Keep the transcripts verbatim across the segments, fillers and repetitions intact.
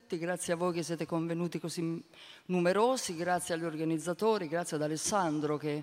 Grazie a voi che siete convenuti così numerosi, grazie agli organizzatori, grazie ad Alessandro che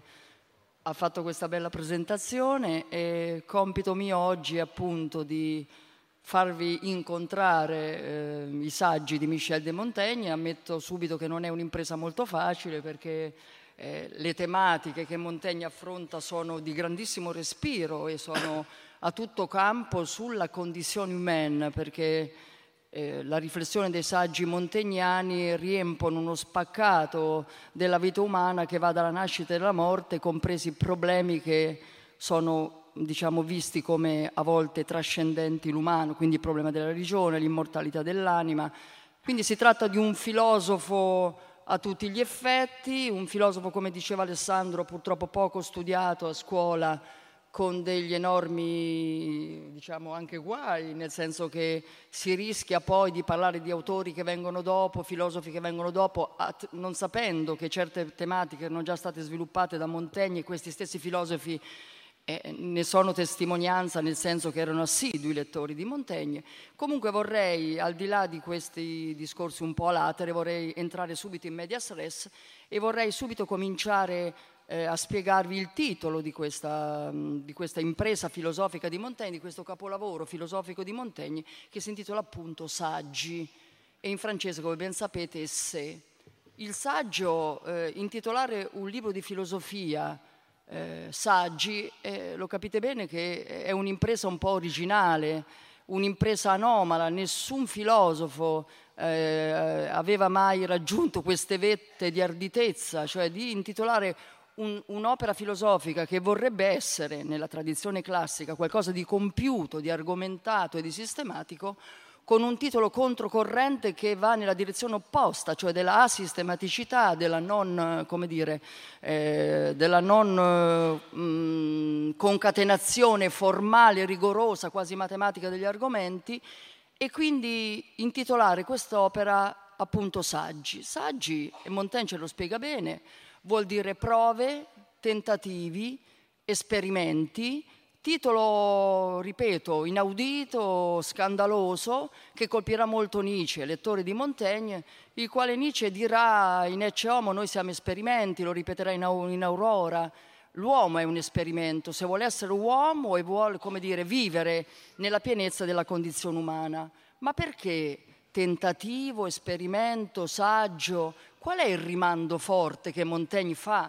ha fatto questa bella presentazione. E compito mio oggi è appunto di farvi incontrare eh, i saggi di Michel de Montaigne. Ammetto subito che non è un'impresa molto facile perché eh, le tematiche che Montaigne affronta sono di grandissimo respiro e sono a tutto campo sulla condizione umana, perché Eh, la riflessione dei saggi montagnani riempono uno spaccato della vita umana che va dalla nascita e alla morte, compresi problemi che sono, diciamo, visti come a volte trascendenti l'umano, quindi il problema della religione, l'immortalità dell'anima. Quindi si tratta di un filosofo a tutti gli effetti, un filosofo, come diceva Alessandro, purtroppo poco studiato a scuola, con degli enormi, diciamo, anche guai, nel senso che si rischia poi di parlare di autori che vengono dopo, filosofi che vengono dopo, non sapendo che certe tematiche erano già state sviluppate da Montaigne e questi stessi filosofi eh, ne sono testimonianza, nel senso che erano assidui lettori di Montaigne. Comunque vorrei, al di là di questi discorsi un po' a latere, vorrei entrare subito in medias res e vorrei subito cominciare Eh, a spiegarvi il titolo di questa, di questa impresa filosofica di Montaigne, di questo capolavoro filosofico di Montaigne, che si intitola appunto Saggi, e in francese, come ben sapete, Essai. Il saggio, eh, intitolare un libro di filosofia eh, Saggi, eh, lo capite bene che è un'impresa un po' originale, un'impresa anomala. Nessun filosofo eh, aveva mai raggiunto queste vette di arditezza, cioè di intitolare Un, un'opera filosofica che vorrebbe essere, nella tradizione classica, qualcosa di compiuto, di argomentato e di sistematico, con un titolo controcorrente che va nella direzione opposta, cioè della asistematicità, della non, come dire, eh, della non eh, mh, concatenazione formale, rigorosa, quasi matematica degli argomenti, e quindi intitolare quest'opera appunto Saggi. Saggi, e Montaigne ce lo spiega bene, vuol dire prove, tentativi, esperimenti, titolo, ripeto, inaudito, scandaloso, che colpirà molto Nietzsche, lettore di Montaigne, il quale Nietzsche dirà in Ecce Homo noi siamo esperimenti, lo ripeterà in, in Aurora. L'uomo è un esperimento, se vuole essere uomo e vuole, come dire, vivere nella pienezza della condizione umana. Ma perché tentativo, esperimento, saggio? Qual è il rimando forte che Montaigne fa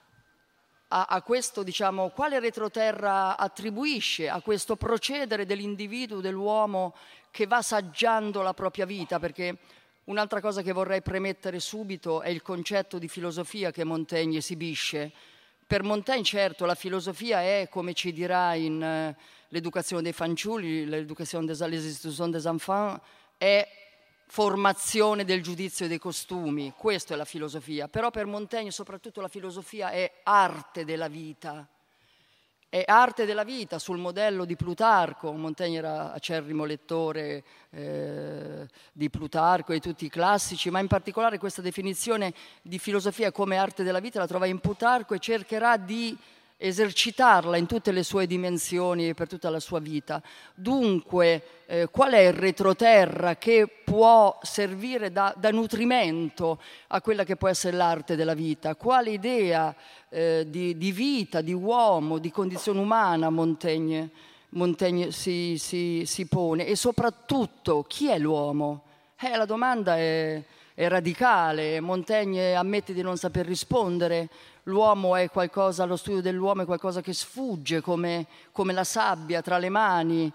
a, a questo, diciamo, quale retroterra attribuisce a questo procedere dell'individuo, dell'uomo che va saggiando la propria vita? Perché un'altra cosa che vorrei premettere subito è il concetto di filosofia che Montaigne esibisce. Per Montaigne, certo, la filosofia è, come ci dirà in uh, l'educazione dei fanciulli, l'educazione des, l'institution des enfants, è formazione del giudizio e dei costumi, questo è la filosofia. Però per Montaigne soprattutto la filosofia è arte della vita, è arte della vita sul modello di Plutarco. Montaigne era acerrimo lettore eh, di Plutarco e di tutti i classici, ma in particolare questa definizione di filosofia come arte della vita la trova in Plutarco e cercherà di esercitarla in tutte le sue dimensioni per tutta la sua vita. Dunque, eh, qual è il retroterra che può servire da, da nutrimento a quella che può essere l'arte della vita? Quale idea eh, di, di vita, di uomo, di condizione umana Montaigne, Montaigne si, si, si pone? E soprattutto, chi è l'uomo? Eh, la domanda è, è radicale. Montaigne ammette di non saper rispondere. L'uomo è qualcosa, lo studio dell'uomo è qualcosa che sfugge come, come la sabbia tra le mani.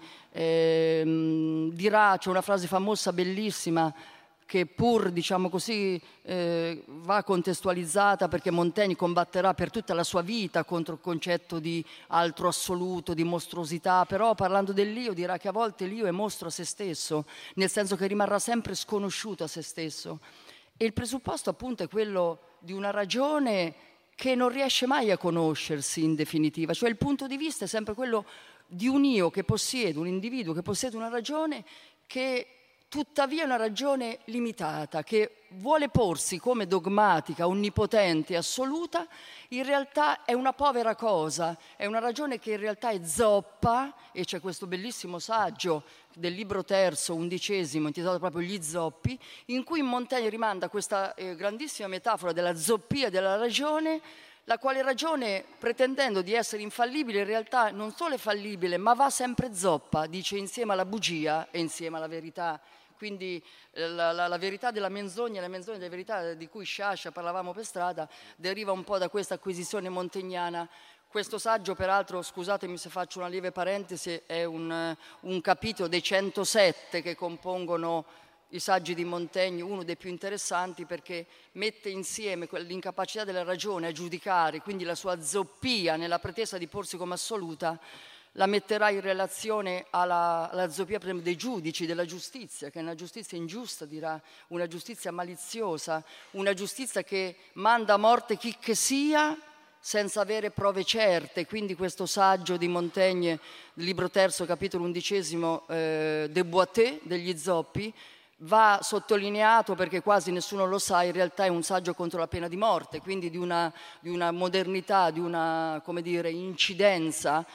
Eh, dirà, c'è una frase famosa, bellissima, che pur, diciamo così, eh, va contestualizzata perché Montaigne combatterà per tutta la sua vita contro il concetto di altro assoluto, di mostruosità, però parlando dell'io dirà che a volte l'io è mostro a se stesso, nel senso che rimarrà sempre sconosciuto a se stesso. E il presupposto appunto è quello di una ragione che non riesce mai a conoscersi in definitiva, cioè il punto di vista è sempre quello di un io che possiede, un individuo che possiede una ragione che tuttavia è una ragione limitata che vuole porsi come dogmatica, onnipotente, assoluta, in realtà è una povera cosa, è una ragione che in realtà è zoppa, e c'è questo bellissimo saggio del libro terzo, undicesimo, intitolato proprio Gli zoppi, in cui Montaigne rimanda questa eh, grandissima metafora della zoppia della ragione, la quale ragione, pretendendo di essere infallibile, in realtà non solo è fallibile, ma va sempre zoppa, dice, insieme alla bugia e insieme alla verità. Quindi la, la, la verità della menzogna e la menzogna della verità di cui Sciascia parlavamo per strada deriva un po' da questa acquisizione montagnana. Questo saggio, peraltro, scusatemi se faccio una lieve parentesi, è un, un capitolo dei centosette che compongono i saggi di Montaigne, uno dei più interessanti perché mette insieme l'incapacità della ragione a giudicare, quindi la sua zoppia nella pretesa di porsi come assoluta, la metterà in relazione alla, alla zoppia per esempio, dei giudici, della giustizia, che è una giustizia ingiusta, dirà, una giustizia maliziosa, una giustizia che manda a morte chi che sia senza avere prove certe. Quindi questo saggio di Montaigne, libro terzo, capitolo undicesimo, eh, De Boiteux, degli zoppi, va sottolineato perché quasi nessuno lo sa, in realtà è un saggio contro la pena di morte, quindi di una, di una modernità, di una, come dire, incidenza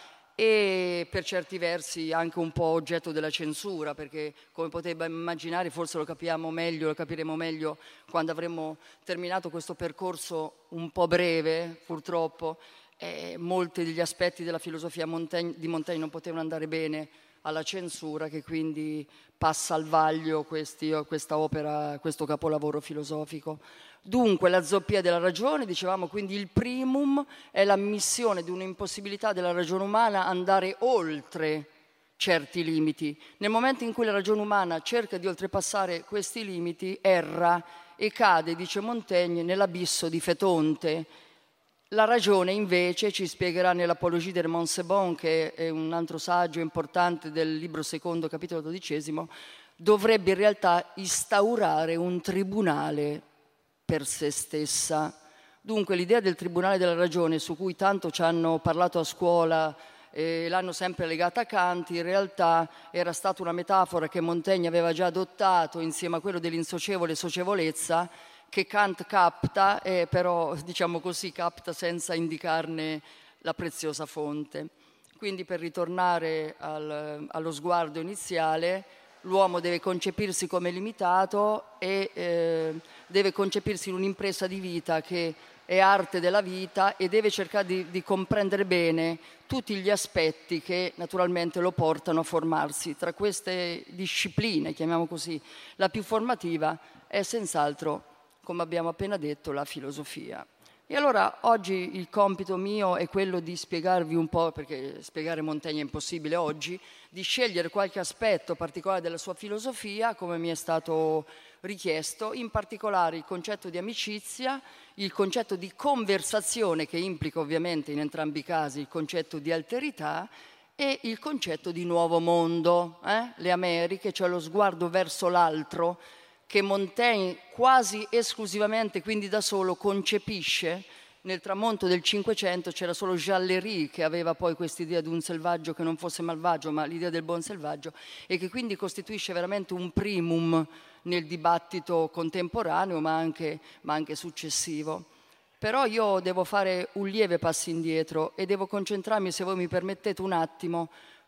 e per certi versi anche un po' oggetto della censura, perché come potete immaginare forse lo capiamo meglio, lo capiremo meglio quando avremo terminato questo percorso un po' breve, purtroppo, eh, molti degli aspetti della filosofia Montaigne, di Montaigne non potevano andare bene alla censura, che quindi passa al vaglio questi, questa opera, questo capolavoro filosofico. Dunque la zoppia della ragione, dicevamo, quindi il primum è l'ammissione di un'impossibilità della ragione umana andare oltre certi limiti. Nel momento in cui la ragione umana cerca di oltrepassare questi limiti, erra e cade, dice Montaigne, nell'abisso di Fetonte. La ragione invece, ci spiegherà nell'Apologie de Montseban, che è un altro saggio importante del libro secondo, capitolo dodicesimo, dovrebbe in realtà instaurare un tribunale per se stessa. Dunque l'idea del tribunale della ragione, su cui tanto ci hanno parlato a scuola e l'hanno sempre legata a Kant, in realtà era stata una metafora che Montaigne aveva già adottato insieme a quello dell'insocievole socievolezza, che Kant capta, e però diciamo così capta senza indicarne la preziosa fonte. Quindi per ritornare al, allo sguardo iniziale, l'uomo deve concepirsi come limitato e eh, deve concepirsi in un'impresa di vita che è arte della vita e deve cercare di, di comprendere bene tutti gli aspetti che naturalmente lo portano a formarsi. Tra queste discipline, chiamiamo così, la più formativa è senz'altro, come abbiamo appena detto, la filosofia. E allora oggi il compito mio è quello di spiegarvi un po', perché spiegare Montaigne è impossibile oggi, di scegliere qualche aspetto particolare della sua filosofia, come mi è stato richiesto, in particolare il concetto di amicizia, il concetto di conversazione, che implica ovviamente in entrambi i casi il concetto di alterità, e il concetto di nuovo mondo, eh? Le Americhe, cioè lo sguardo verso l'altro, che Montaigne quasi esclusivamente, quindi da solo, concepisce. Nel tramonto del Cinquecento c'era solo Jallery che aveva poi quest'idea di un selvaggio che non fosse malvagio, ma l'idea del buon selvaggio, e che quindi costituisce veramente un primum nel dibattito contemporaneo, ma anche, ma anche successivo. Però io devo fare un lieve passo indietro e devo concentrarmi, se voi mi permettete, un attimo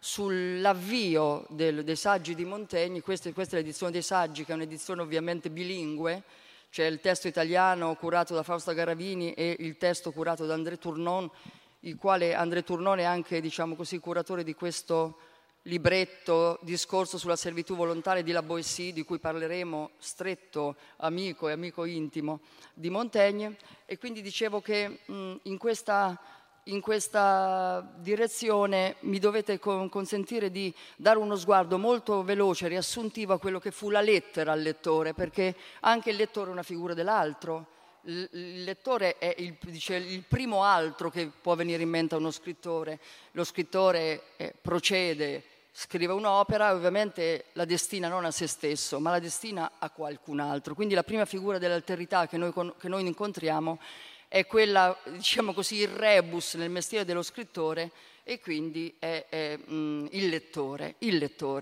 sull'avvio del, dei saggi di Montaigne. Questa, questa è l'edizione dei saggi, che è un'edizione ovviamente bilingue, c'è il testo italiano curato da Fausta Garavini e il testo curato da André Tournon, il quale André Tournon è anche, diciamo così, curatore di questo libretto Discorso sulla servitù volontaria di La Boétie, di cui parleremo, stretto amico e amico intimo di Montaigne. E quindi dicevo che mh, in questa In questa direzione mi dovete consentire di dare uno sguardo molto veloce, riassuntivo a quello che fu la lettera al lettore, perché anche il lettore è una figura dell'altro. Il lettore è il, dice, il primo altro che può venire in mente a uno scrittore. Lo scrittore eh, procede, scrive un'opera e ovviamente la destina non a se stesso, ma la destina a qualcun altro. Quindi la prima figura dell'alterità che noi, che noi incontriamo è quella, diciamo così, il rebus nel mestiere dello scrittore, e quindi è, è mm, il lettore, il lettore.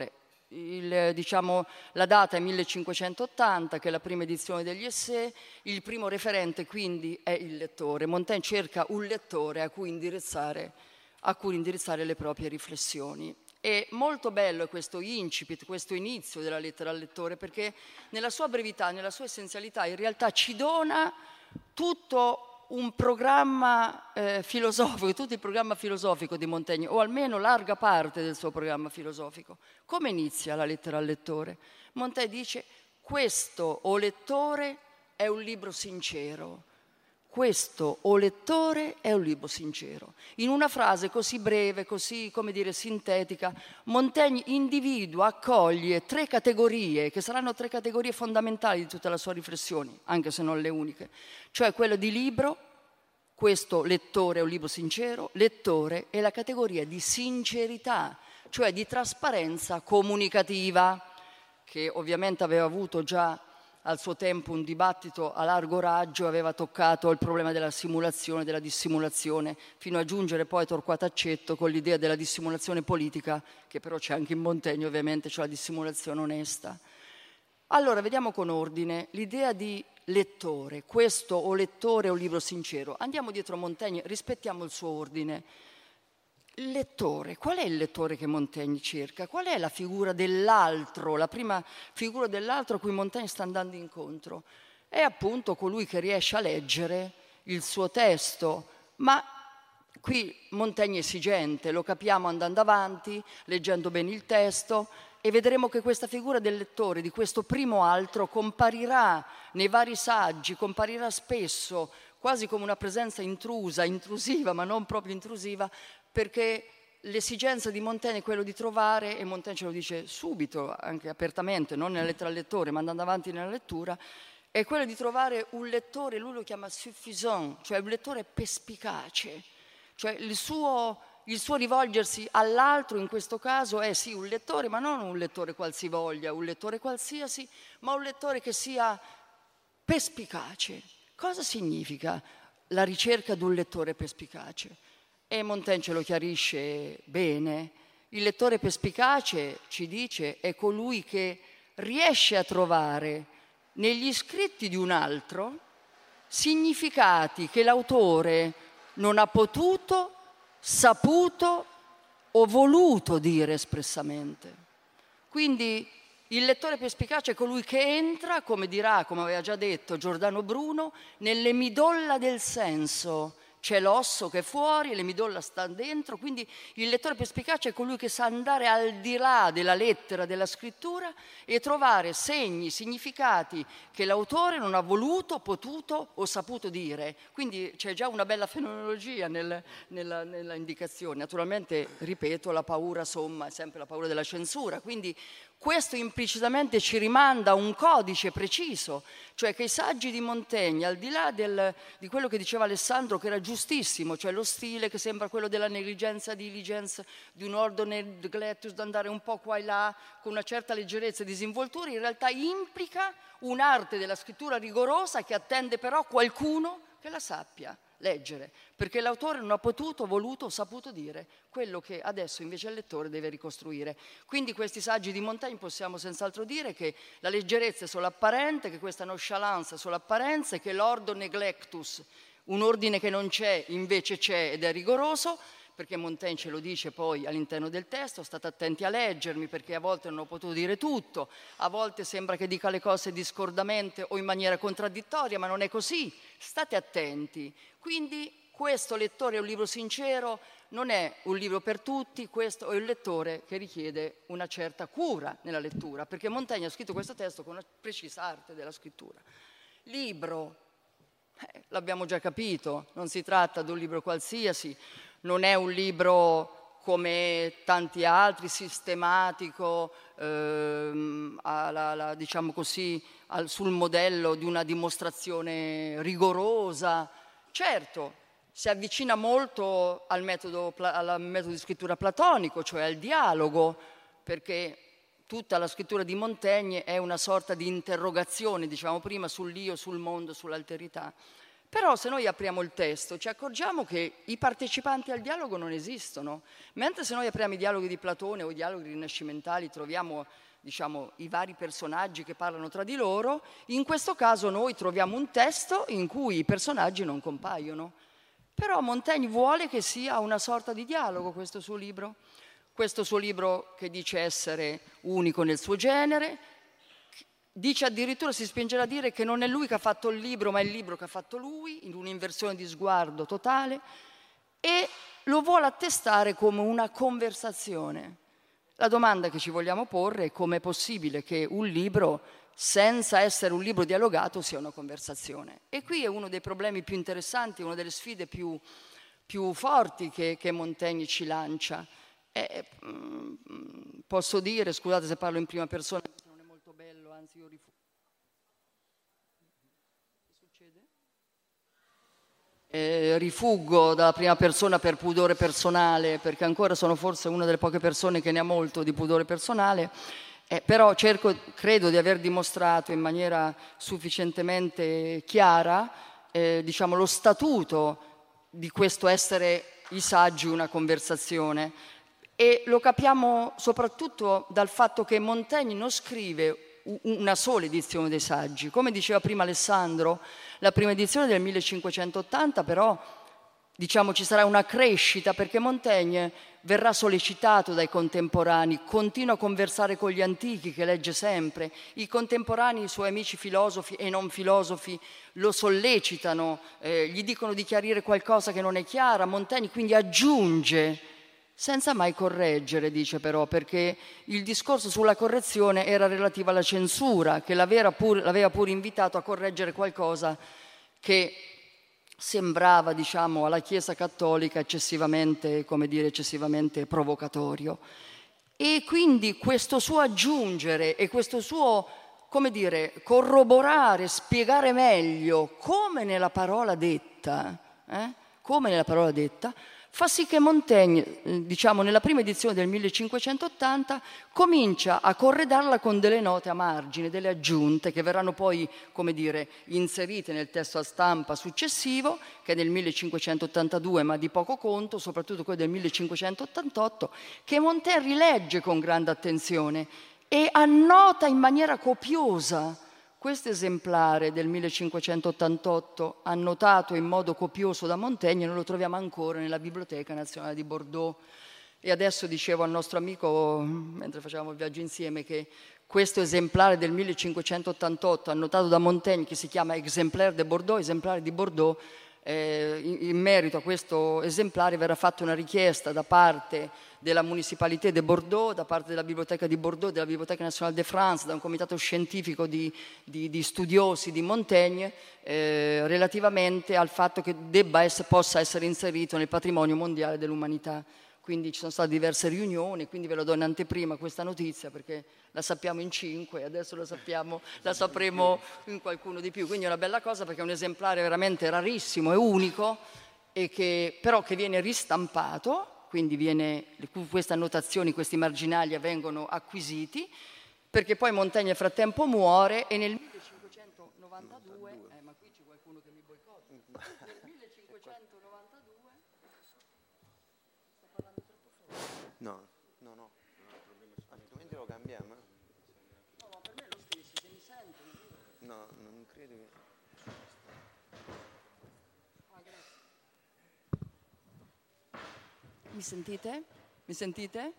il, diciamo, la data è millecinquecentottanta, che è la prima edizione degli Essai, il primo referente quindi è il lettore. Montaigne cerca un lettore a cui indirizzare, a cui indirizzare le proprie riflessioni. E molto bello è questo incipit, questo inizio della lettera al lettore, perché nella sua brevità, nella sua essenzialità, in realtà ci dona tutto un programma eh, filosofico, tutto il programma filosofico di Montaigne, o almeno larga parte del suo programma filosofico. Come inizia la lettera al lettore? Montaigne dice: questo, o lettore, è un libro sincero. Questo, o lettore, è un libro sincero. In una frase così breve, così, come dire, sintetica, Montaigne individua, accoglie tre categorie, che saranno tre categorie fondamentali di tutta la sua riflessione, anche se non le uniche. Cioè quello di libro, questo lettore è un libro sincero, lettore è la categoria di sincerità, cioè di trasparenza comunicativa, che ovviamente aveva avuto già al suo tempo un dibattito a largo raggio, aveva toccato il problema della simulazione, della dissimulazione, fino a giungere poi Torquato Aceto con l'idea della dissimulazione politica, che però c'è anche in Montaigne ovviamente, cioè la dissimulazione onesta. Allora, vediamo con ordine l'idea di lettore, questo o lettore è un libro sincero. Andiamo dietro a Montaigne, rispettiamo il suo ordine. Il lettore, qual è il lettore che Montaigne cerca? Qual è la figura dell'altro, la prima figura dell'altro a cui Montaigne sta andando incontro? È appunto colui che riesce a leggere il suo testo, ma qui Montaigne è esigente, lo capiamo andando avanti, leggendo bene il testo, e vedremo che questa figura del lettore, di questo primo altro, comparirà nei vari saggi, comparirà spesso, quasi come una presenza intrusa, intrusiva, ma non proprio intrusiva, perché l'esigenza di Montaigne è quello di trovare, e Montaigne ce lo dice subito, anche apertamente, non nella lettera al lettore, ma andando avanti nella lettura, è quello di trovare un lettore, lui lo chiama suffisant, cioè un lettore perspicace, cioè il suo, il suo rivolgersi all'altro in questo caso è sì un lettore, ma non un lettore qualsivoglia, un lettore qualsiasi, ma un lettore che sia perspicace. Cosa significa la ricerca di un lettore perspicace? E Montaigne ce lo chiarisce bene. Il lettore perspicace, ci dice, è colui che riesce a trovare negli scritti di un altro significati che l'autore non ha potuto, saputo o voluto dire espressamente. Quindi il lettore perspicace è colui che entra, come dirà, come aveva già detto Giordano Bruno, nelle midolla del senso. C'è l'osso che è fuori e le midolla stanno dentro, quindi il lettore perspicace è colui che sa andare al di là della lettera, della scrittura, e trovare segni, significati che l'autore non ha voluto, potuto o saputo dire. Quindi c'è già una bella fenomenologia nel, nella, nella indicazione. Naturalmente, ripeto, la paura somma è sempre la paura della censura, quindi questo implicitamente ci rimanda a un codice preciso, cioè che i saggi di Montaigne, al di là del, di quello che diceva Alessandro, che era giustissimo, cioè lo stile che sembra quello della negligenza, diligenza, di un ordine neglectus, da andare un po' qua e là, con una certa leggerezza e disinvoltura, in realtà implica un'arte della scrittura rigorosa che attende però qualcuno che la sappia leggere, perché l'autore non ha potuto, voluto o saputo dire quello che adesso invece il lettore deve ricostruire. Quindi questi saggi di Montaigne possiamo senz'altro dire che la leggerezza è solo apparente, che questa nonchalance è solo apparenza, e che l'ordo neglectus, un ordine che non c'è invece c'è ed è rigoroso, perché Montaigne ce lo dice poi all'interno del testo: state attenti a leggermi perché a volte non ho potuto dire tutto, a volte sembra che dica le cose discordamente o in maniera contraddittoria, ma non è così, state attenti. Quindi questo lettore è un libro sincero, non è un libro per tutti, questo è un lettore che richiede una certa cura nella lettura, perché Montaigne ha scritto questo testo con una precisa arte della scrittura. Libro, eh, l'abbiamo già capito, non si tratta di un libro qualsiasi, non è un libro come tanti altri, sistematico, ehm, alla, alla, diciamo così, al, sul modello di una dimostrazione rigorosa. Certo, si avvicina molto al metodo, al metodo di scrittura platonico, cioè al dialogo, perché tutta la scrittura di Montaigne è una sorta di interrogazione, diciamo prima, sull'io, sul mondo, sull'alterità. Però se noi apriamo il testo ci accorgiamo che i partecipanti al dialogo non esistono, mentre se noi apriamo i dialoghi di Platone o i dialoghi rinascimentali troviamo, diciamo, i vari personaggi che parlano tra di loro, in questo caso noi troviamo un testo in cui i personaggi non compaiono. Però Montaigne vuole che sia una sorta di dialogo questo suo libro, questo suo libro che dice essere unico nel suo genere, dice addirittura, si spingerà a dire che non è lui che ha fatto il libro, ma è il libro che ha fatto lui, in un'inversione di sguardo totale, e lo vuole attestare come una conversazione. La domanda che ci vogliamo porre è come è possibile che un libro, senza essere un libro dialogato, sia una conversazione. E qui è uno dei problemi più interessanti, una delle sfide più, più forti che, che Montaigne ci lancia. E, mm, posso dire, scusate se parlo in prima persona, non è molto bello, anzi io rifuggo. Che succede? Eh, rifuggo dalla prima persona per pudore personale, perché ancora sono forse una delle poche persone che ne ha molto di pudore personale, eh, però cerco, credo di aver dimostrato in maniera sufficientemente chiara, eh, diciamo, lo statuto di questo essere i saggi una conversazione. E lo capiamo soprattutto dal fatto che Montaigne non scrive una sola edizione dei saggi. Come diceva prima Alessandro, la prima edizione del millecinquecentottanta però, diciamo, ci sarà una crescita perché Montaigne verrà sollecitato dai contemporanei, continua a conversare con gli antichi che legge sempre. I contemporanei, i suoi amici filosofi e non filosofi, lo sollecitano, eh, gli dicono di chiarire qualcosa che non è chiara. Montaigne quindi aggiunge, senza mai correggere, dice però, perché il discorso sulla correzione era relativo alla censura, che l'aveva pure, l'aveva pure invitato a correggere qualcosa che sembrava, diciamo, alla Chiesa cattolica eccessivamente, come dire, eccessivamente provocatorio. E quindi questo suo aggiungere e questo suo, come dire, corroborare, spiegare meglio come nella parola detta, eh, come nella parola detta, fa sì che Montaigne, diciamo, nella prima edizione del millecinquecentottanta comincia a corredarla con delle note a margine, delle aggiunte che verranno poi, come dire, inserite nel testo a stampa successivo, che è del millecinquecentottantadue, ma di poco conto, soprattutto quello del millecinquecentottantotto, che Montaigne rilegge con grande attenzione e annota in maniera copiosa. Questo esemplare del millecinquecentottantotto, annotato in modo copioso da Montaigne, noi lo troviamo ancora nella Biblioteca Nazionale di Bordeaux. E adesso dicevo al nostro amico, mentre facevamo il viaggio insieme, che questo esemplare del millecinquecentottantotto, annotato da Montaigne, che si chiama Exemplaire de Bordeaux, esemplare di Bordeaux, eh, in, in merito a questo esemplare verrà fatta una richiesta da parte della Municipalité de Bordeaux, da parte della Biblioteca di Bordeaux, della Biblioteca Nationale de France, da un comitato scientifico di, di, di studiosi di Montaigne, eh, relativamente al fatto che debba essere, possa essere inserito nel patrimonio mondiale dell'umanità. Quindi ci sono state diverse riunioni, quindi ve lo do in anteprima questa notizia perché la sappiamo in cinque, adesso la sappiamo, la sapremo in qualcuno di più. Quindi è una bella cosa perché è un esemplare veramente rarissimo e unico, e che, però che viene ristampato, quindi viene, queste annotazioni, questi marginali vengono acquisiti, perché poi Montaigne nel frattempo muore e nel millecinquecentonovantadue, eh, ma qui c'è qualcuno che mi boicotta, nel millecinquecentonovantadue, sto parlando troppo forte? No, no, no, assolutamente lo cambiamo. No, ma per me è lo stesso, se mi sentono. No, non credo che... Ah, grazie. Mi sentite? Mi sentite?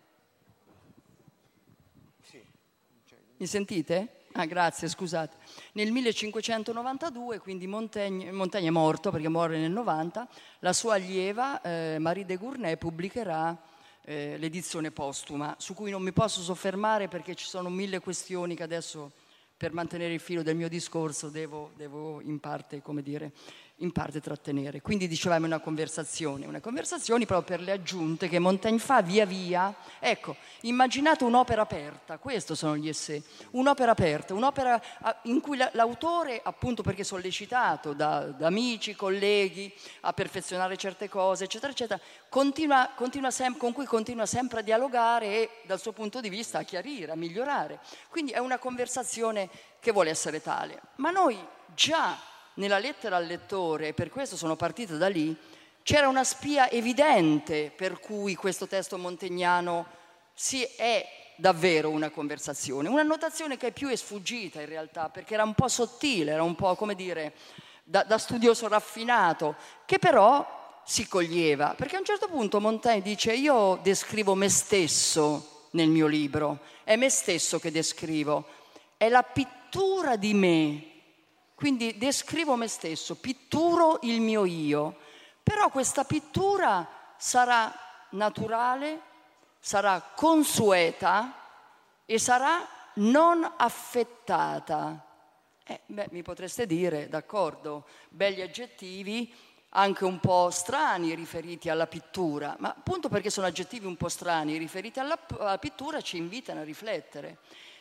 Sì. Mi sentite? Ah, grazie, scusate. Nel millecinquecentonovantadue, quindi Montaigne, Montaigne è morto perché muore nel novanta, la sua allieva eh, Marie de Gournay pubblicherà eh, l'edizione postuma, su cui non mi posso soffermare perché ci sono mille questioni che adesso, per mantenere il filo del mio discorso, devo, devo in parte, come dire, in parte trattenere. Quindi dicevamo una conversazione, una conversazione proprio per le aggiunte che Montaigne fa via via. Ecco, immaginate un'opera aperta, questo sono gli essai, un'opera aperta, un'opera in cui l'autore, appunto perché sollecitato da, da amici, colleghi, a perfezionare certe cose, eccetera, eccetera, continua, continua sem- con cui continua sempre a dialogare e dal suo punto di vista a chiarire, a migliorare. Quindi è una conversazione che vuole essere tale. Ma noi già nella lettera al lettore, e per questo sono partita da lì, c'era una spia evidente per cui questo testo montegnano si è davvero una conversazione, una notazione che più è sfuggita in realtà, perché era un po' sottile, era un po', come dire, da, da studioso raffinato, che però si coglieva, perché a un certo punto Montaigne dice: io descrivo me stesso nel mio libro, è me stesso che descrivo, è la pittura di me, quindi descrivo me stesso, pitturo il mio io, però questa pittura sarà naturale, sarà consueta e sarà non affettata. Eh, beh, mi potreste dire, d'accordo, belli aggettivi, anche un po' strani riferiti alla pittura, ma appunto perché sono aggettivi un po' strani riferiti alla, alla pittura ci invitano a riflettere,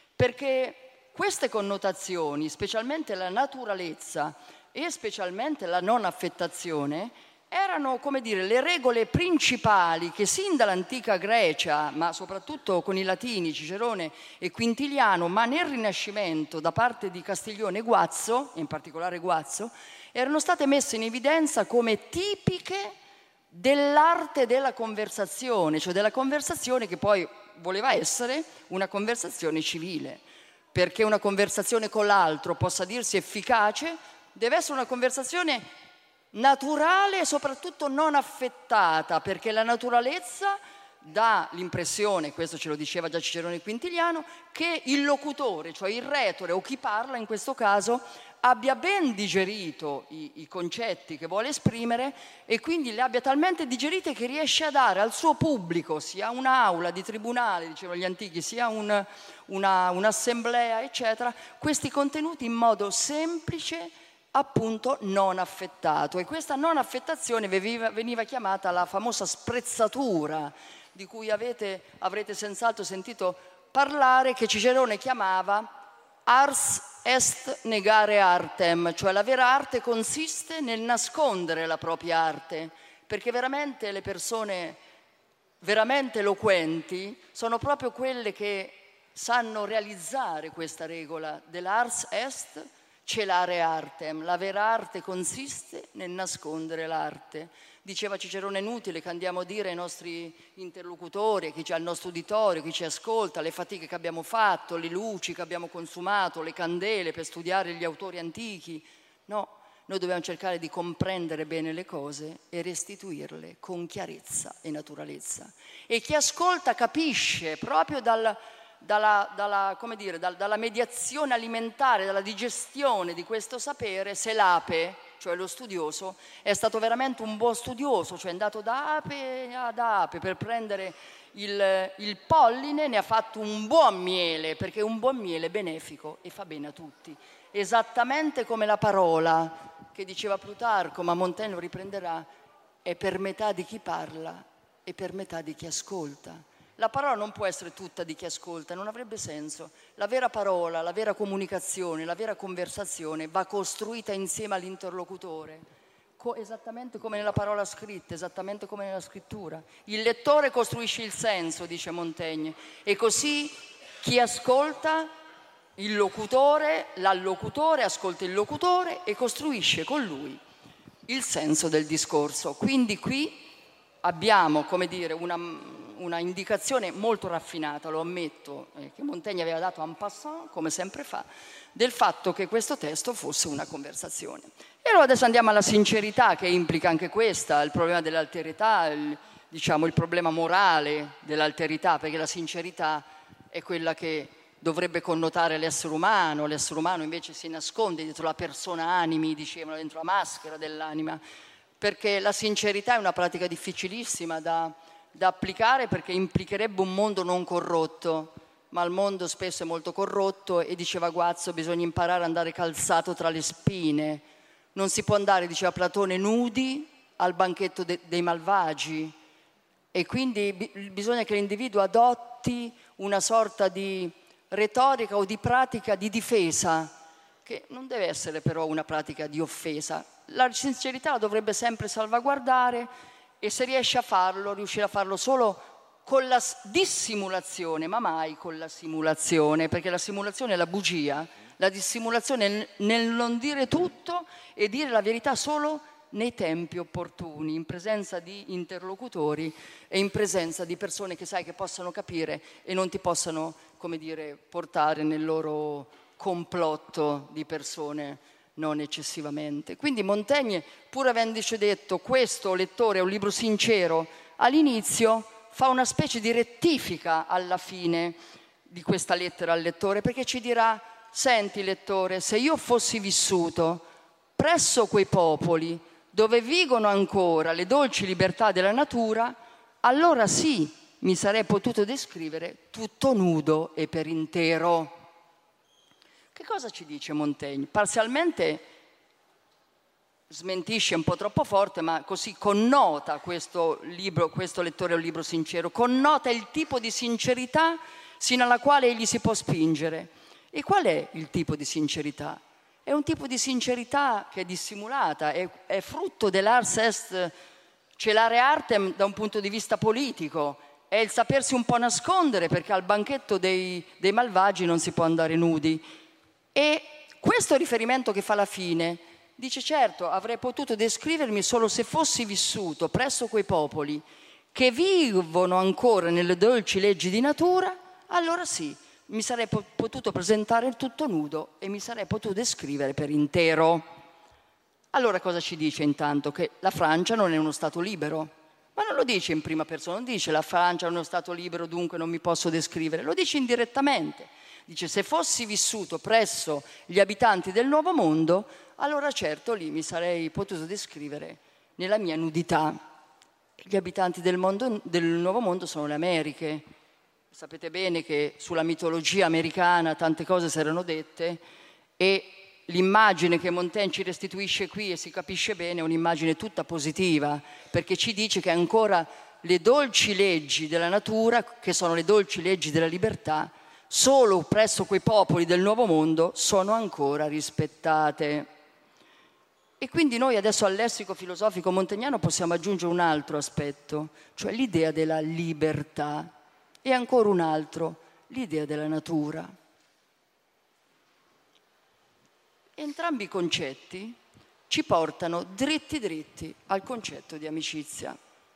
perché queste connotazioni, specialmente la naturalezza e specialmente la non affettazione, erano, come dire, le regole principali che sin dall'antica Grecia, ma soprattutto con i latini, Cicerone e Quintiliano, ma nel Rinascimento da parte di Castiglione e Guazzo, in particolare Guazzo, erano state messe in evidenza come tipiche dell'arte della conversazione, cioè della conversazione che poi voleva essere una conversazione civile, perché una conversazione con l'altro possa dirsi efficace, deve essere una conversazione naturale e soprattutto non affettata, perché la naturalezza dà l'impressione, questo ce lo diceva già Cicerone e Quintiliano, che il locutore, cioè il retore o chi parla in questo caso, abbia ben digerito i, i concetti che vuole esprimere e quindi li abbia talmente digerite che riesce a dare al suo pubblico, sia un'aula di tribunale, dicevano gli antichi, sia un, una, un'assemblea, eccetera, questi contenuti in modo semplice, appunto non affettato. E questa non affettazione veniva, veniva chiamata la famosa sprezzatura, di cui avete, avrete senz'altro sentito parlare, che Cicerone chiamava ars est negare artem, cioè la vera arte consiste nel nascondere la propria arte, perché veramente le persone veramente eloquenti sono proprio quelle che sanno realizzare questa regola dell'ars est celare artem, la vera arte consiste nel nascondere l'arte. Diceva Cicerone: è inutile che andiamo a dire ai nostri interlocutori, chi c'è al nostro uditorio, chi ci ascolta, le fatiche che abbiamo fatto, le luci che abbiamo consumato, le candele per studiare gli autori antichi. No, noi dobbiamo cercare di comprendere bene le cose e restituirle con chiarezza e naturalezza. E chi ascolta capisce proprio dal... Dalla, dalla, come dire, dal, dalla mediazione alimentare, dalla digestione di questo sapere, se l'ape, cioè lo studioso, è stato veramente un buon studioso, cioè è andato da ape ad ape per prendere il, il polline, ne ha fatto un buon miele, perché un buon miele è benefico e fa bene a tutti. Esattamente come la parola, che diceva Plutarco, ma Montaigne lo riprenderà, è per metà di chi parla e per metà di chi ascolta. La parola non può essere tutta di chi ascolta, non avrebbe senso. La vera parola, la vera comunicazione, la vera conversazione va costruita insieme all'interlocutore, co- esattamente come nella parola scritta, esattamente come nella scrittura. Il lettore costruisce il senso, dice Montaigne, e così chi ascolta, il locutore, l'allocutore, ascolta il locutore e costruisce con lui il senso del discorso. Quindi qui abbiamo, come dire, una... una indicazione molto raffinata, lo ammetto, eh, che Montaigne aveva dato en passant, come sempre fa, del fatto che questo testo fosse una conversazione. E allora adesso andiamo alla sincerità, che implica anche questa, il problema dell'alterità, il, diciamo il problema morale dell'alterità, perché la sincerità è quella che dovrebbe connotare l'essere umano, l'essere umano invece si nasconde dietro la persona animi, dicevano, dentro la maschera dell'anima, perché la sincerità è una pratica difficilissima da da applicare, perché implicherebbe un mondo non corrotto, ma il mondo spesso è molto corrotto e, diceva Guazzo, bisogna imparare ad andare calzato tra le spine. Non si può andare, diceva Platone, nudi al banchetto de- dei malvagi, e quindi bi- bisogna che l'individuo adotti una sorta di retorica o di pratica di difesa, che non deve essere però una pratica di offesa. La sincerità la dovrebbe sempre salvaguardare, e se riesce a farlo, riuscire a farlo solo con la dissimulazione, ma mai con la simulazione, perché la simulazione è la bugia, la dissimulazione nel non dire tutto e dire la verità solo nei tempi opportuni, in presenza di interlocutori e in presenza di persone che sai che possano capire e non ti possano, come dire, portare nel loro complotto di persone non eccessivamente. Quindi Montaigne, pur avendoci detto questo lettore è un libro sincero, all'inizio fa una specie di rettifica alla fine di questa lettera al lettore, perché ci dirà: senti lettore, se io fossi vissuto presso quei popoli dove vigono ancora le dolci libertà della natura, allora sì, mi sarei potuto descrivere tutto nudo e per intero. Che cosa ci dice Montaigne? Parzialmente smentisce un po' troppo forte, ma così connota questo libro, questo lettore è un libro sincero, connota il tipo di sincerità sino alla quale egli si può spingere. E qual è il tipo di sincerità? È un tipo di sincerità che è dissimulata, è, è frutto dell'ars est celare artem da un punto di vista politico, è il sapersi un po' nascondere, perché al banchetto dei, dei malvagi non si può andare nudi. E questo riferimento che fa alla fine dice: certo, avrei potuto descrivermi solo se fossi vissuto presso quei popoli che vivono ancora nelle dolci leggi di natura, allora sì, mi sarei potuto presentare tutto nudo e mi sarei potuto descrivere per intero. Allora cosa ci dice intanto? Che la Francia non è uno Stato libero, ma non lo dice in prima persona, non dice la Francia è uno Stato libero dunque non mi posso descrivere, lo dice indirettamente. Dice: se fossi vissuto presso gli abitanti del Nuovo Mondo, allora certo lì mi sarei potuto descrivere nella mia nudità. Gli abitanti del, mondo, del Nuovo Mondo sono le Americhe. Sapete bene che sulla mitologia americana tante cose si erano dette e l'immagine che Montaigne ci restituisce qui, e si capisce bene, è un'immagine tutta positiva, perché ci dice che ancora le dolci leggi della natura, che sono le dolci leggi della libertà, solo presso quei popoli del Nuovo Mondo sono ancora rispettate. E quindi noi adesso al lessico filosofico montagnano possiamo aggiungere un altro aspetto, cioè l'idea della libertà, e ancora un altro, l'idea della natura. Entrambi i concetti ci portano dritti dritti al concetto di amicizia.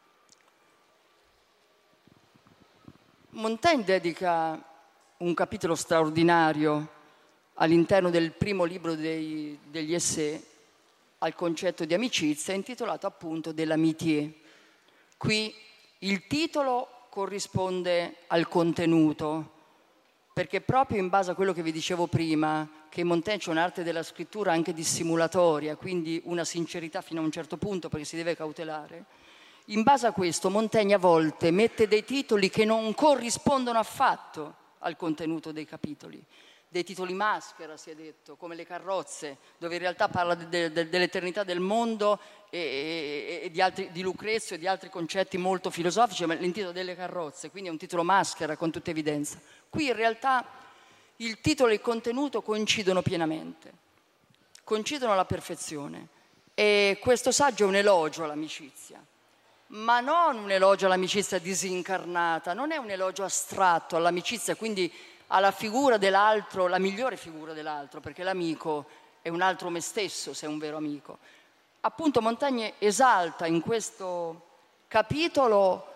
Montaigne dedica un capitolo straordinario all'interno del primo libro dei, degli essai al concetto di amicizia, intitolato appunto dell'amitié. Qui il titolo corrisponde al contenuto, perché proprio in base a quello che vi dicevo prima, che Montaigne c'è un'arte della scrittura anche dissimulatoria, quindi una sincerità fino a un certo punto perché si deve cautelare, in base a questo Montaigne a volte mette dei titoli che non corrispondono affatto al contenuto dei capitoli, dei titoli maschera, si è detto, come le carrozze, dove in realtà parla de, de, dell'eternità del mondo e, e, e di, altri, di Lucrezio e di altri concetti molto filosofici, ma l'intitolo delle carrozze, quindi è un titolo maschera con tutta evidenza. Qui in realtà il titolo e il contenuto coincidono pienamente, coincidono alla perfezione, e questo saggio è un elogio all'amicizia, ma non un elogio all'amicizia disincarnata, non è un elogio astratto all'amicizia, quindi alla figura dell'altro, la migliore figura dell'altro, perché l'amico è un altro me stesso se è un vero amico. Appunto Montaigne esalta in questo capitolo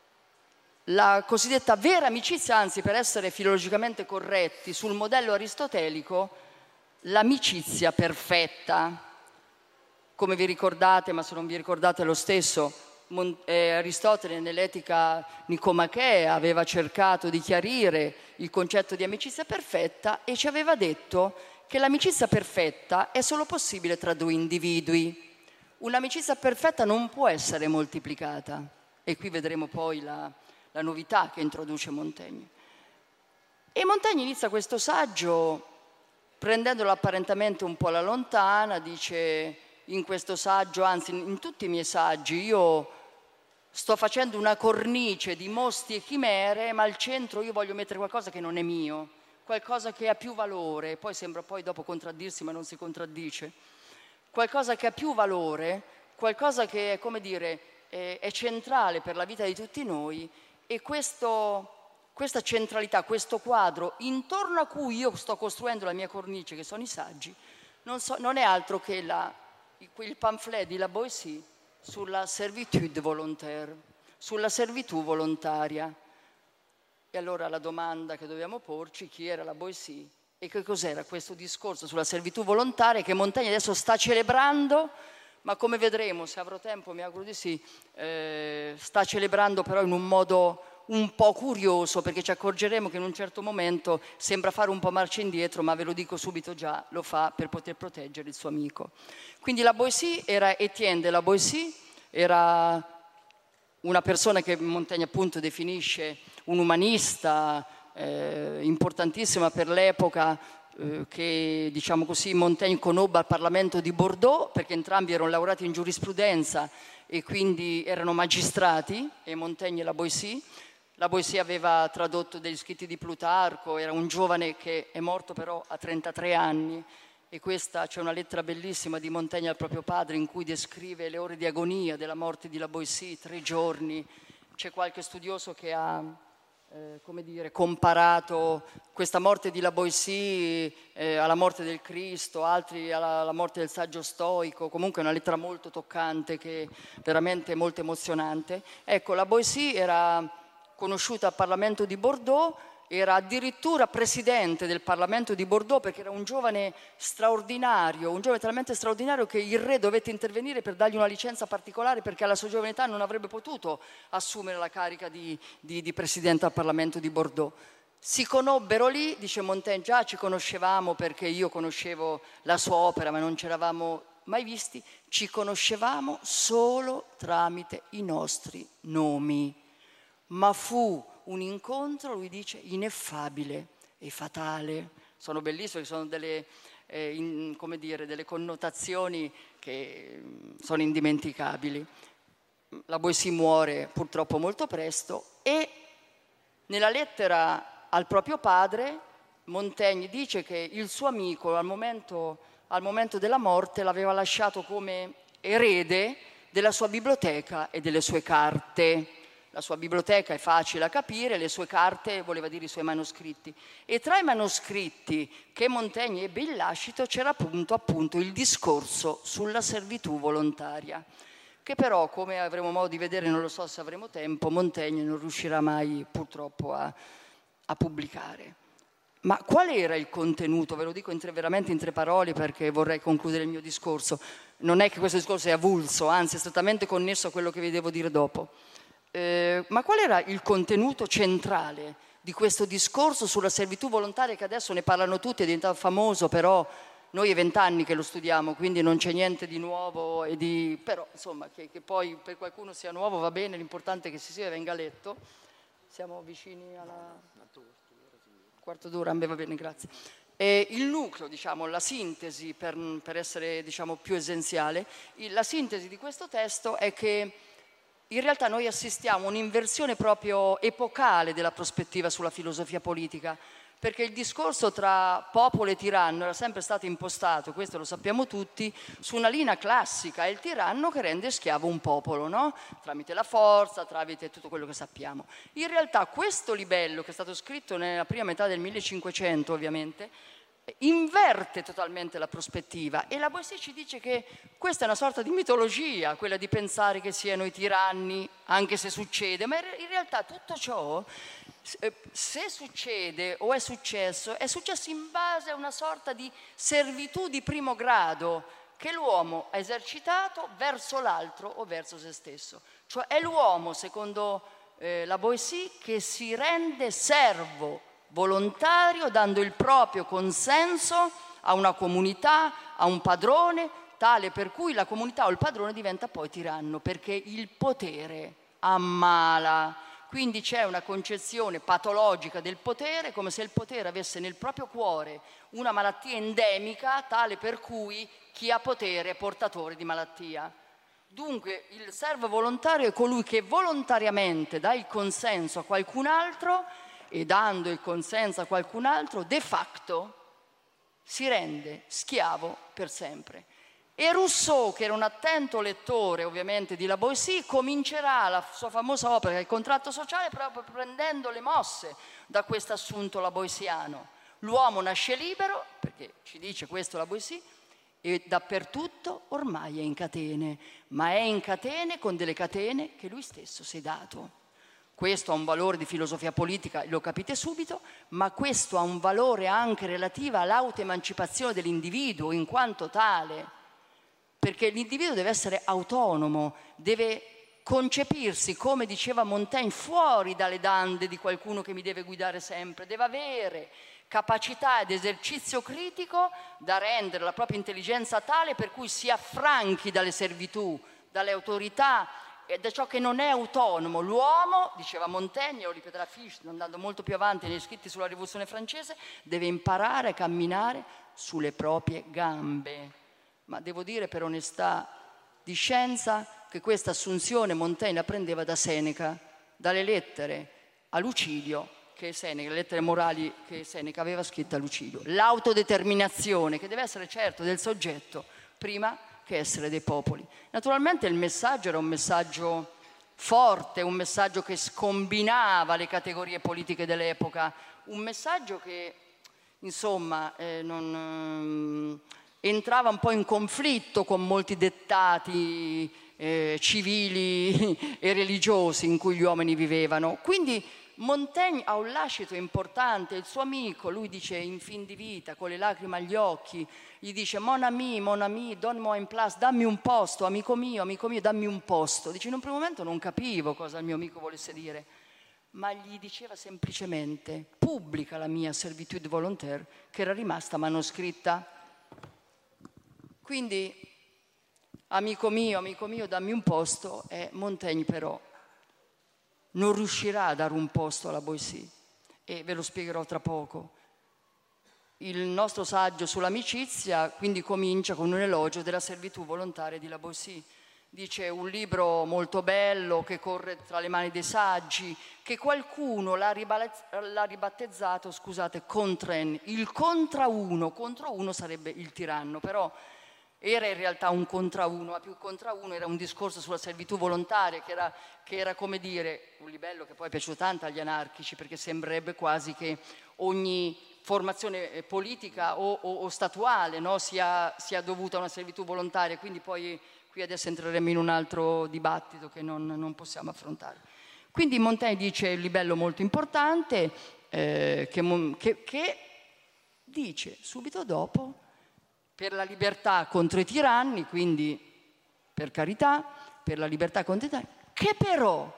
la cosiddetta vera amicizia, anzi, per essere filologicamente corretti, sul modello aristotelico, l'amicizia perfetta. Come vi ricordate, ma se non vi ricordate lo stesso, Eh, Aristotele nell'Etica Nicomachea aveva cercato di chiarire il concetto di amicizia perfetta e ci aveva detto che l'amicizia perfetta è solo possibile tra due individui. Un'amicizia perfetta non può essere moltiplicata, e qui vedremo poi la, la novità che introduce Montaigne. E Montaigne inizia questo saggio prendendolo apparentemente un po' alla lontana, dice in questo saggio, anzi in tutti i miei saggi, io sto facendo una cornice di mostri e chimere, ma al centro io voglio mettere qualcosa che non è mio, qualcosa che ha più valore, poi sembra poi dopo contraddirsi ma non si contraddice, qualcosa che ha più valore, qualcosa che è, come dire, è, è centrale per la vita di tutti noi, e questo, questa centralità, questo quadro intorno a cui io sto costruendo la mia cornice, che sono i saggi, non, so, non è altro che la, il pamphlet di La Boétie sulla servitude volontaire, sulla servitù volontaria. E allora la domanda che dobbiamo porci, chi era La Boétie e che cos'era questo discorso sulla servitù volontaria che Montaigne adesso sta celebrando, ma come vedremo, se avrò tempo, mi auguro di sì, eh, sta celebrando però in un modo un po' curioso, perché ci accorgeremo che in un certo momento sembra fare un po' marcia indietro, ma ve lo dico subito già, lo fa per poter proteggere il suo amico. Quindi La Boétie era Étienne de La Boétie, era una persona che Montaigne appunto definisce un umanista eh, importantissima per l'epoca, eh, che diciamo così Montaigne conobbe al Parlamento di Bordeaux, perché entrambi erano laureati in giurisprudenza e quindi erano magistrati, e Montaigne e La Boétie. La Boétie aveva tradotto degli scritti di Plutarco, era un giovane che è morto però a trentatré anni, e questa c'è una lettera bellissima di Montaigne al proprio padre in cui descrive le ore di agonia della morte di La Boétie, tre giorni. C'è qualche studioso che ha eh, come dire, comparato questa morte di La Boétie eh, alla morte del Cristo, altri alla, alla morte del saggio stoico. Comunque è una lettera molto toccante, che veramente molto emozionante. Ecco, La Boétie era conosciuta al Parlamento di Bordeaux, era addirittura presidente del Parlamento di Bordeaux perché era un giovane straordinario, un giovane talmente straordinario che il re dovette intervenire per dargli una licenza particolare, perché alla sua giovane età non avrebbe potuto assumere la carica di, di, di presidente al Parlamento di Bordeaux. Si conobbero lì, dice Montaigne, già ci conoscevamo perché io conoscevo la sua opera, ma non ci eravamo mai visti, ci conoscevamo solo tramite i nostri nomi. Ma fu un incontro, lui dice, ineffabile e fatale. Sono bellissime, sono delle, eh, in, come dire, delle connotazioni che sono indimenticabili. La Boétie muore purtroppo molto presto, e nella lettera al proprio padre Montaigne dice che il suo amico al momento, al momento della morte l'aveva lasciato come erede della sua biblioteca e delle sue carte. La sua biblioteca è facile a capire, le sue carte voleva dire i suoi manoscritti. E tra i manoscritti che Montaigne ebbe in lascito c'era appunto, appunto il discorso sulla servitù volontaria, che però, come avremo modo di vedere, non lo so se avremo tempo, Montaigne non riuscirà mai purtroppo a, a pubblicare. Ma qual era il contenuto? Ve lo dico in tre, veramente in tre parole, perché vorrei concludere il mio discorso. Non è che questo discorso è avulso, anzi è strettamente connesso a quello che vi devo dire dopo. Eh, ma qual era il contenuto centrale di questo discorso sulla servitù volontaria, che adesso ne parlano tutti, è diventato famoso, però noi è vent'anni che lo studiamo, quindi non c'è niente di nuovo, e di, però insomma che, che poi per qualcuno sia nuovo va bene, l'importante è che si sia e venga letto. Siamo vicini alla quarto d'ora, va bene, grazie. E il nucleo, diciamo, la sintesi, per, per essere diciamo, più essenziale, la sintesi di questo testo è che in realtà noi assistiamo a un'inversione proprio epocale della prospettiva sulla filosofia politica, perché il discorso tra popolo e tiranno era sempre stato impostato, questo lo sappiamo tutti, su una linea classica: è il tiranno che rende schiavo un popolo, no? Tramite la forza, tramite tutto quello che sappiamo. In realtà questo libello, che è stato scritto nella prima metà del millecinquecento ovviamente, inverte totalmente la prospettiva, e La Boétie ci dice che questa è una sorta di mitologia, quella di pensare che siano i tiranni, anche se succede, ma in realtà tutto ciò, se succede o è successo, è successo in base a una sorta di servitù di primo grado che l'uomo ha esercitato verso l'altro o verso se stesso. Cioè è l'uomo, secondo eh, La Boétie, che si rende servo volontario, dando il proprio consenso a una comunità, a un padrone, tale per cui la comunità o il padrone diventa poi tiranno, perché il potere ammala. Quindi c'è una concezione patologica del potere, come se il potere avesse nel proprio cuore una malattia endemica, tale per cui chi ha potere è portatore di malattia. Dunque il servo volontario è colui che volontariamente dà il consenso a qualcun altro, e dando il consenso a qualcun altro, de facto si rende schiavo per sempre. E Rousseau, che era un attento lettore ovviamente di La Boétie, comincerà la sua famosa opera, che è il contratto sociale, proprio prendendo le mosse da questo assunto laboesiano. L'uomo nasce libero, perché ci dice questo La Boétie, e dappertutto ormai è in catene, ma è in catene con delle catene che lui stesso si è dato. Questo ha un valore di filosofia politica, lo capite subito, ma questo ha un valore anche relativo all'autoemancipazione dell'individuo in quanto tale, perché l'individuo deve essere autonomo, deve concepirsi, come diceva Montaigne, fuori dalle dande di qualcuno che mi deve guidare sempre, deve avere capacità ed esercizio critico da rendere la propria intelligenza tale per cui si affranchi dalle servitù, dalle autorità e da ciò che non è autonomo. L'uomo, diceva Montaigne, lo ripeterà Fichte andando molto più avanti negli scritti sulla Rivoluzione francese, deve imparare a camminare sulle proprie gambe. Ma devo dire per onestà di scienza che questa assunzione Montaigne la prendeva da Seneca, dalle lettere a Lucilio, che Seneca, le lettere morali che Seneca aveva scritto a Lucilio. L'autodeterminazione, che deve essere certo del soggetto, prima che essere dei popoli. Naturalmente il messaggio era un messaggio forte, un messaggio che scombinava le categorie politiche dell'epoca, un messaggio che, insomma, eh, non... Eh, entrava un po' in conflitto con molti dettati eh, civili e religiosi in cui gli uomini vivevano. Quindi Montaigne ha un lascito importante, il suo amico, lui dice in fin di vita, con le lacrime agli occhi, gli dice mon ami, mon ami, donne-moi une place, dammi un posto, amico mio, amico mio, dammi un posto. Dice in un primo momento non capivo cosa il mio amico volesse dire, ma gli diceva semplicemente pubblica la mia servitude volontaire che era rimasta manoscritta. Quindi, amico mio, amico mio, dammi un posto, e Montaigne però non riuscirà a dare un posto alla Boétie, e ve lo spiegherò tra poco. Il nostro saggio sull'amicizia quindi comincia con un elogio della servitù volontaria di La Boétie. Dice un libro molto bello che corre tra le mani dei saggi, che qualcuno l'ha, l'ha ribattezzato, scusate, contrain, il contra uno, contro uno sarebbe il tiranno, però era in realtà un contra uno, ma più contra uno era un discorso sulla servitù volontaria che era, che era come dire, un livello che poi è piaciuto tanto agli anarchici, perché sembrerebbe quasi che ogni formazione politica o, o, o statuale, no, sia, sia dovuta a una servitù volontaria, quindi poi qui adesso entreremo in un altro dibattito che non, non possiamo affrontare. Quindi Montaigne dice un livello molto importante eh, che, che, che dice subito dopo per la libertà contro i tiranni, quindi per carità, per la libertà contro i tiranni, che però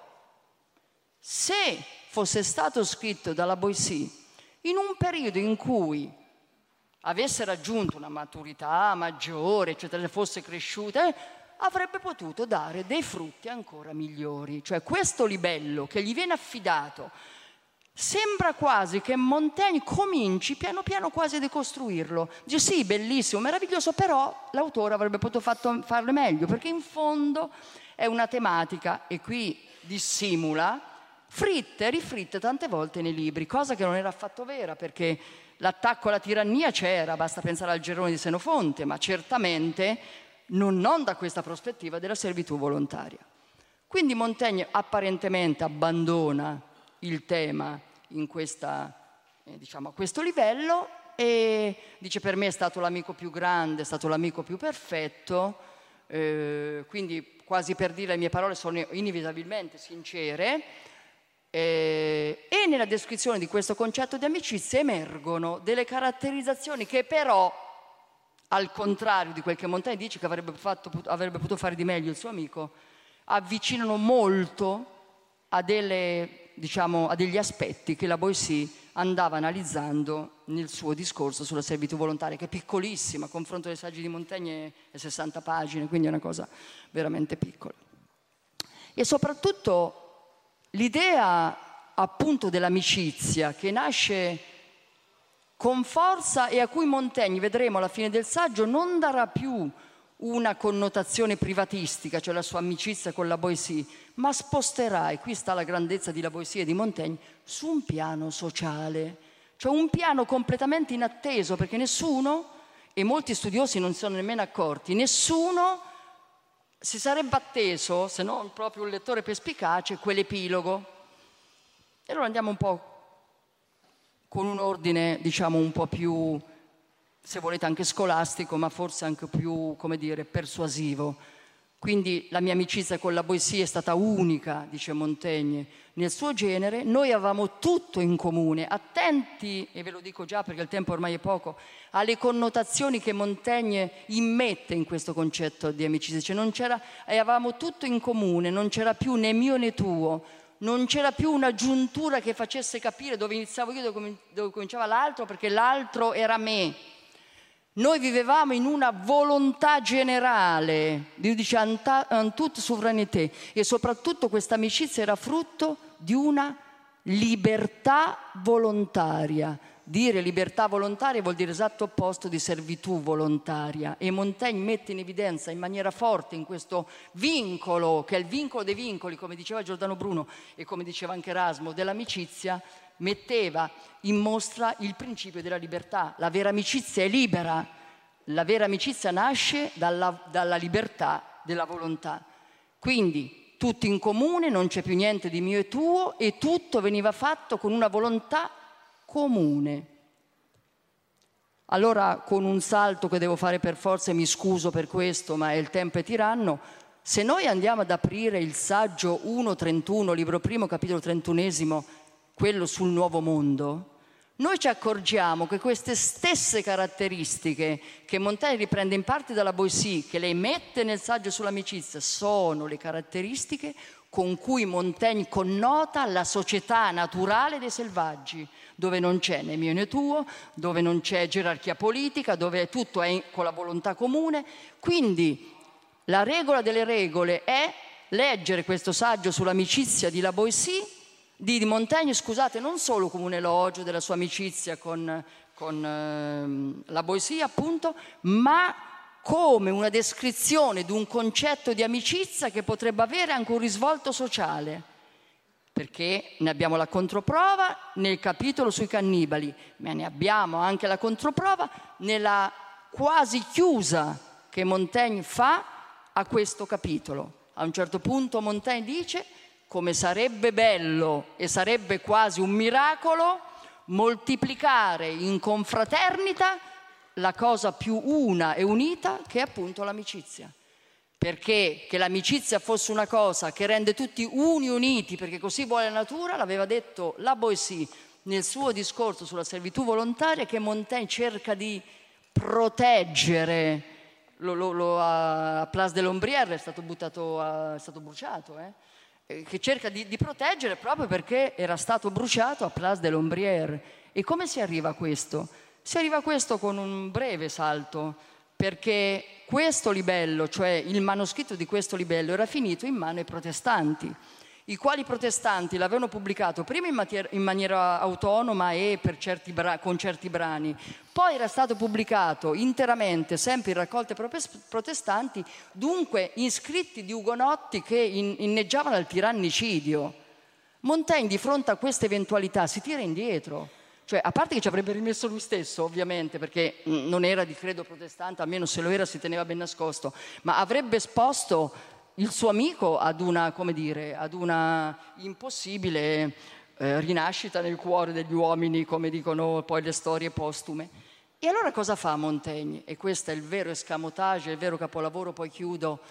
se fosse stato scritto dalla Boétie in un periodo in cui avesse raggiunto una maturità maggiore, eccetera, fosse cresciuta, eh, avrebbe potuto dare dei frutti ancora migliori. Cioè questo livello che gli viene affidato sembra quasi che Montaigne cominci piano piano quasi a decostruirlo. Dice sì, bellissimo, meraviglioso, però l'autore avrebbe potuto fatto, farlo meglio, perché in fondo è una tematica, e qui dissimula, fritta e rifritta tante volte nei libri, cosa che non era affatto vera, perché l'attacco alla tirannia c'era, basta pensare al Gerone di Senofonte, ma certamente non, non da questa prospettiva della servitù volontaria. Quindi Montaigne apparentemente abbandona il tema in questa, eh, diciamo, a questo livello e dice per me è stato l'amico più grande, è stato l'amico più perfetto, eh, quindi quasi per dire le mie parole sono inevitabilmente sincere, eh, e nella descrizione di questo concetto di amicizia emergono delle caratterizzazioni che però, al contrario di quel che Montaigne dice che avrebbe, fatto, avrebbe potuto fare di meglio il suo amico, avvicinano molto a, delle, diciamo, a degli aspetti che la Boétie andava analizzando nel suo discorso sulla servitù volontaria, che è piccolissima, a confronto dei saggi di Montaigne è sessanta pagine, quindi è una cosa veramente piccola. E soprattutto l'idea appunto dell'amicizia che nasce con forza e a cui Montaigne, vedremo alla fine del saggio, non darà più una connotazione privatistica, cioè la sua amicizia con la Boétie, ma sposterà, e qui sta la grandezza di la Boétie e di Montaigne, su un piano sociale, cioè un piano completamente inatteso, perché nessuno e molti studiosi non si sono nemmeno accorti, nessuno si sarebbe atteso, se non proprio un lettore perspicace, quell'epilogo. E allora andiamo un po' con un ordine, diciamo, un po' più, se volete, anche scolastico, ma forse anche più, come dire, persuasivo. Quindi la mia amicizia con la Boissy è stata unica, dice Montaigne, nel suo genere. Noi avevamo tutto in comune, attenti, e ve lo dico già perché il tempo ormai è poco, alle connotazioni che Montaigne immette in questo concetto di amicizia. Cioè non c'era, e avevamo tutto in comune, non c'era più né mio né tuo, non c'era più una giuntura che facesse capire dove iniziavo io e dove cominciava l'altro, perché l'altro era me. Noi vivevamo in una volontà generale, Dio dice en toute souveraineté, e soprattutto questa amicizia era frutto di una libertà volontaria. Dire libertà volontaria vuol dire esatto opposto di servitù volontaria, e Montaigne mette in evidenza in maniera forte in questo vincolo, che è il vincolo dei vincoli, come diceva Giordano Bruno e come diceva anche Erasmo, dell'amicizia, metteva in mostra il principio della libertà. La vera amicizia è libera, la vera amicizia nasce dalla, dalla libertà della volontà. Quindi tutti in comune, non c'è più niente di mio e tuo, e tutto veniva fatto con una volontà comune. Allora, con un salto che devo fare per forza, e mi scuso per questo, ma il tempo è tiranno, se noi andiamo ad aprire il saggio uno trentuno, libro primo, capitolo trentunesimo, quello sul nuovo mondo, noi ci accorgiamo che queste stesse caratteristiche che Montaigne riprende in parte dalla Boissy, che lei mette nel saggio sull'amicizia, sono le caratteristiche con cui Montaigne connota la società naturale dei selvaggi, dove non c'è né mio né tuo, dove non c'è gerarchia politica, dove tutto è con la volontà comune. Quindi la regola delle regole è leggere questo saggio sull'amicizia di la Boissy, di Montaigne, scusate, non solo come un elogio della sua amicizia con, con eh, la Boissy, appunto, ma come una descrizione di un concetto di amicizia che potrebbe avere anche un risvolto sociale, perché ne abbiamo la controprova nel capitolo sui cannibali, ma ne abbiamo anche la controprova nella quasi chiusa che Montaigne fa a questo capitolo. A un certo punto Montaigne dice: come sarebbe bello e sarebbe quasi un miracolo moltiplicare in confraternita la cosa più una e unita che è appunto l'amicizia. Perché che l'amicizia fosse una cosa che rende tutti uni uniti, perché così vuole la natura, l'aveva detto la Boissy nel suo discorso sulla servitù volontaria, che Montaigne cerca di proteggere. Lo, lo, lo, a Place de l'Ombrière è stato buttato, a, è stato bruciato, eh? che cerca di, di proteggere proprio perché era stato bruciato a Place de l'Ombrière. E come si arriva a questo? Si arriva a questo con un breve salto, perché questo libello, cioè il manoscritto di questo libello, era finito in mano ai protestanti, i quali protestanti l'avevano pubblicato prima in, matier- in maniera autonoma e per certi bra- con certi brani, poi era stato pubblicato interamente, sempre in raccolte protestanti, dunque in scritti di ugonotti che in- inneggiavano al tirannicidio. Montaigne, di fronte a questa eventualità, si tira indietro. Cioè, a parte che ci avrebbe rimesso lui stesso, ovviamente, perché non era di credo protestante, almeno se lo era si teneva ben nascosto, ma avrebbe esposto il suo amico ad una, come dire, ad una impossibile eh, rinascita nel cuore degli uomini, come dicono poi le storie postume. E allora cosa fa Montaigne? E questo è il vero escamotage, il vero capolavoro, poi chiudo,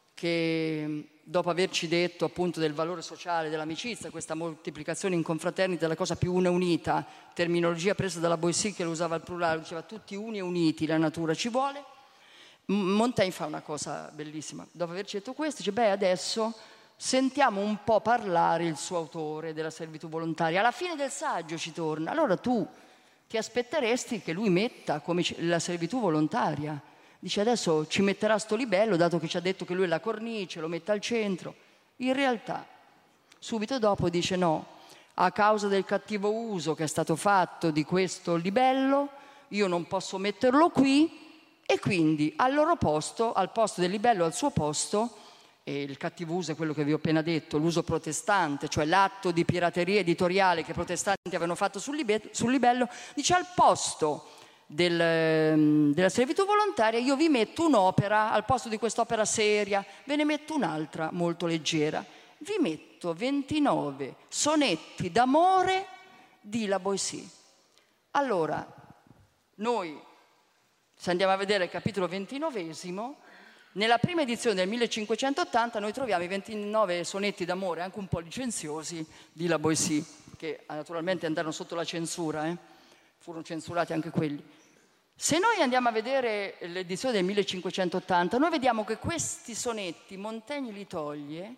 che dopo averci detto appunto del valore sociale dell'amicizia, questa moltiplicazione in confraternita, la cosa più una e unita, terminologia presa dalla Boissy che lo usava al plurale, diceva tutti uni e uniti, la natura ci vuole. Montaigne fa una cosa bellissima, dopo averci detto questo dice: beh, adesso sentiamo un po' parlare il suo autore della servitù volontaria. Alla fine del saggio ci torna. Allora tu ti aspetteresti che lui metta come la servitù volontaria. Dice: adesso ci metterà sto libello, dato che ci ha detto che lui è la cornice, lo mette al centro. In realtà, subito dopo dice: no, a causa del cattivo uso che è stato fatto di questo libello, io non posso metterlo qui, e quindi al loro posto, al posto del libello, al suo posto, e il cattivo uso è quello che vi ho appena detto, l'uso protestante, cioè l'atto di pirateria editoriale che i protestanti avevano fatto sul libello, sul libello dice: al posto del, della servitù volontaria, io vi metto un'opera, al posto di quest'opera seria, ve ne metto un'altra molto leggera. Vi metto ventinove sonetti d'amore di La Boétie. Allora, noi, se andiamo a vedere il capitolo ventinovesimo, nella prima edizione del millecinquecentottanta noi troviamo i ventinove sonetti d'amore, anche un po' licenziosi, di La Boétie, che naturalmente andarono sotto la censura, eh? Furono censurati anche quelli. Se noi andiamo a vedere l'edizione del millecinquecentottanta, noi vediamo che questi sonetti Montaigne li toglie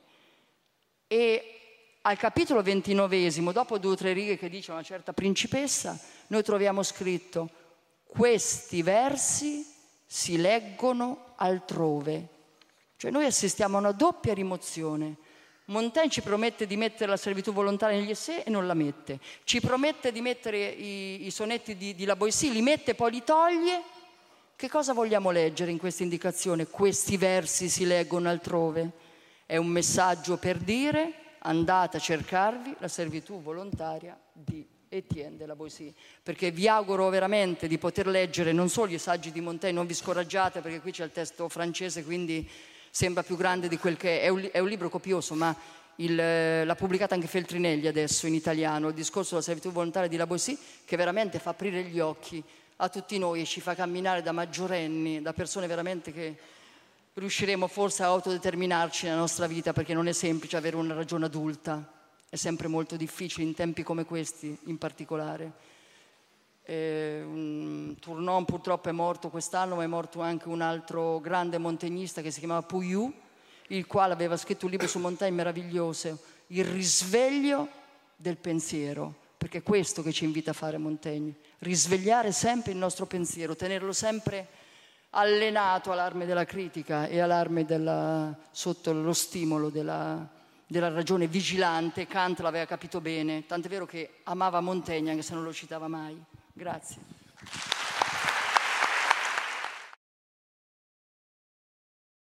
e al capitolo ventinovesimo, dopo due o tre righe che dice una certa principessa, noi troviamo scritto: questi versi si leggono altrove. Cioè noi assistiamo a una doppia rimozione. Montaigne ci promette di mettere la servitù volontaria negli essai e non la mette. Ci promette di mettere i, i sonetti di, di La Boétie, li mette e poi li toglie. Che cosa vogliamo leggere in questa indicazione? Questi versi si leggono altrove. È un messaggio per dire: andate a cercarvi la servitù volontaria di Etienne de La Boétie, perché vi auguro veramente di poter leggere non solo gli saggi di Montaigne, non vi scoraggiate perché qui c'è il testo francese, quindi sembra più grande di quel che è, è un, è un libro copioso, ma il, l'ha pubblicato anche Feltrinelli adesso in italiano, il discorso della servitù volontaria di La Boétie, che veramente fa aprire gli occhi a tutti noi e ci fa camminare da maggiorenni, da persone veramente che riusciremo forse a autodeterminarci nella nostra vita, perché non è semplice avere una ragione adulta, è sempre molto difficile in tempi come questi in particolare. Eh, un, Tournon purtroppo è morto quest'anno, ma è morto anche un altro grande montagnista che si chiamava Pouilloux, il quale aveva scritto un libro su Montaigne meraviglioso, Il risveglio del pensiero, perché è questo che ci invita a fare Montaigne, risvegliare sempre il nostro pensiero, tenerlo sempre allenato all'arme della critica e all'arme della, sotto lo stimolo della, della ragione vigilante. Kant l'aveva capito bene, tant'è vero che amava Montaigne anche se non lo citava mai. Grazie.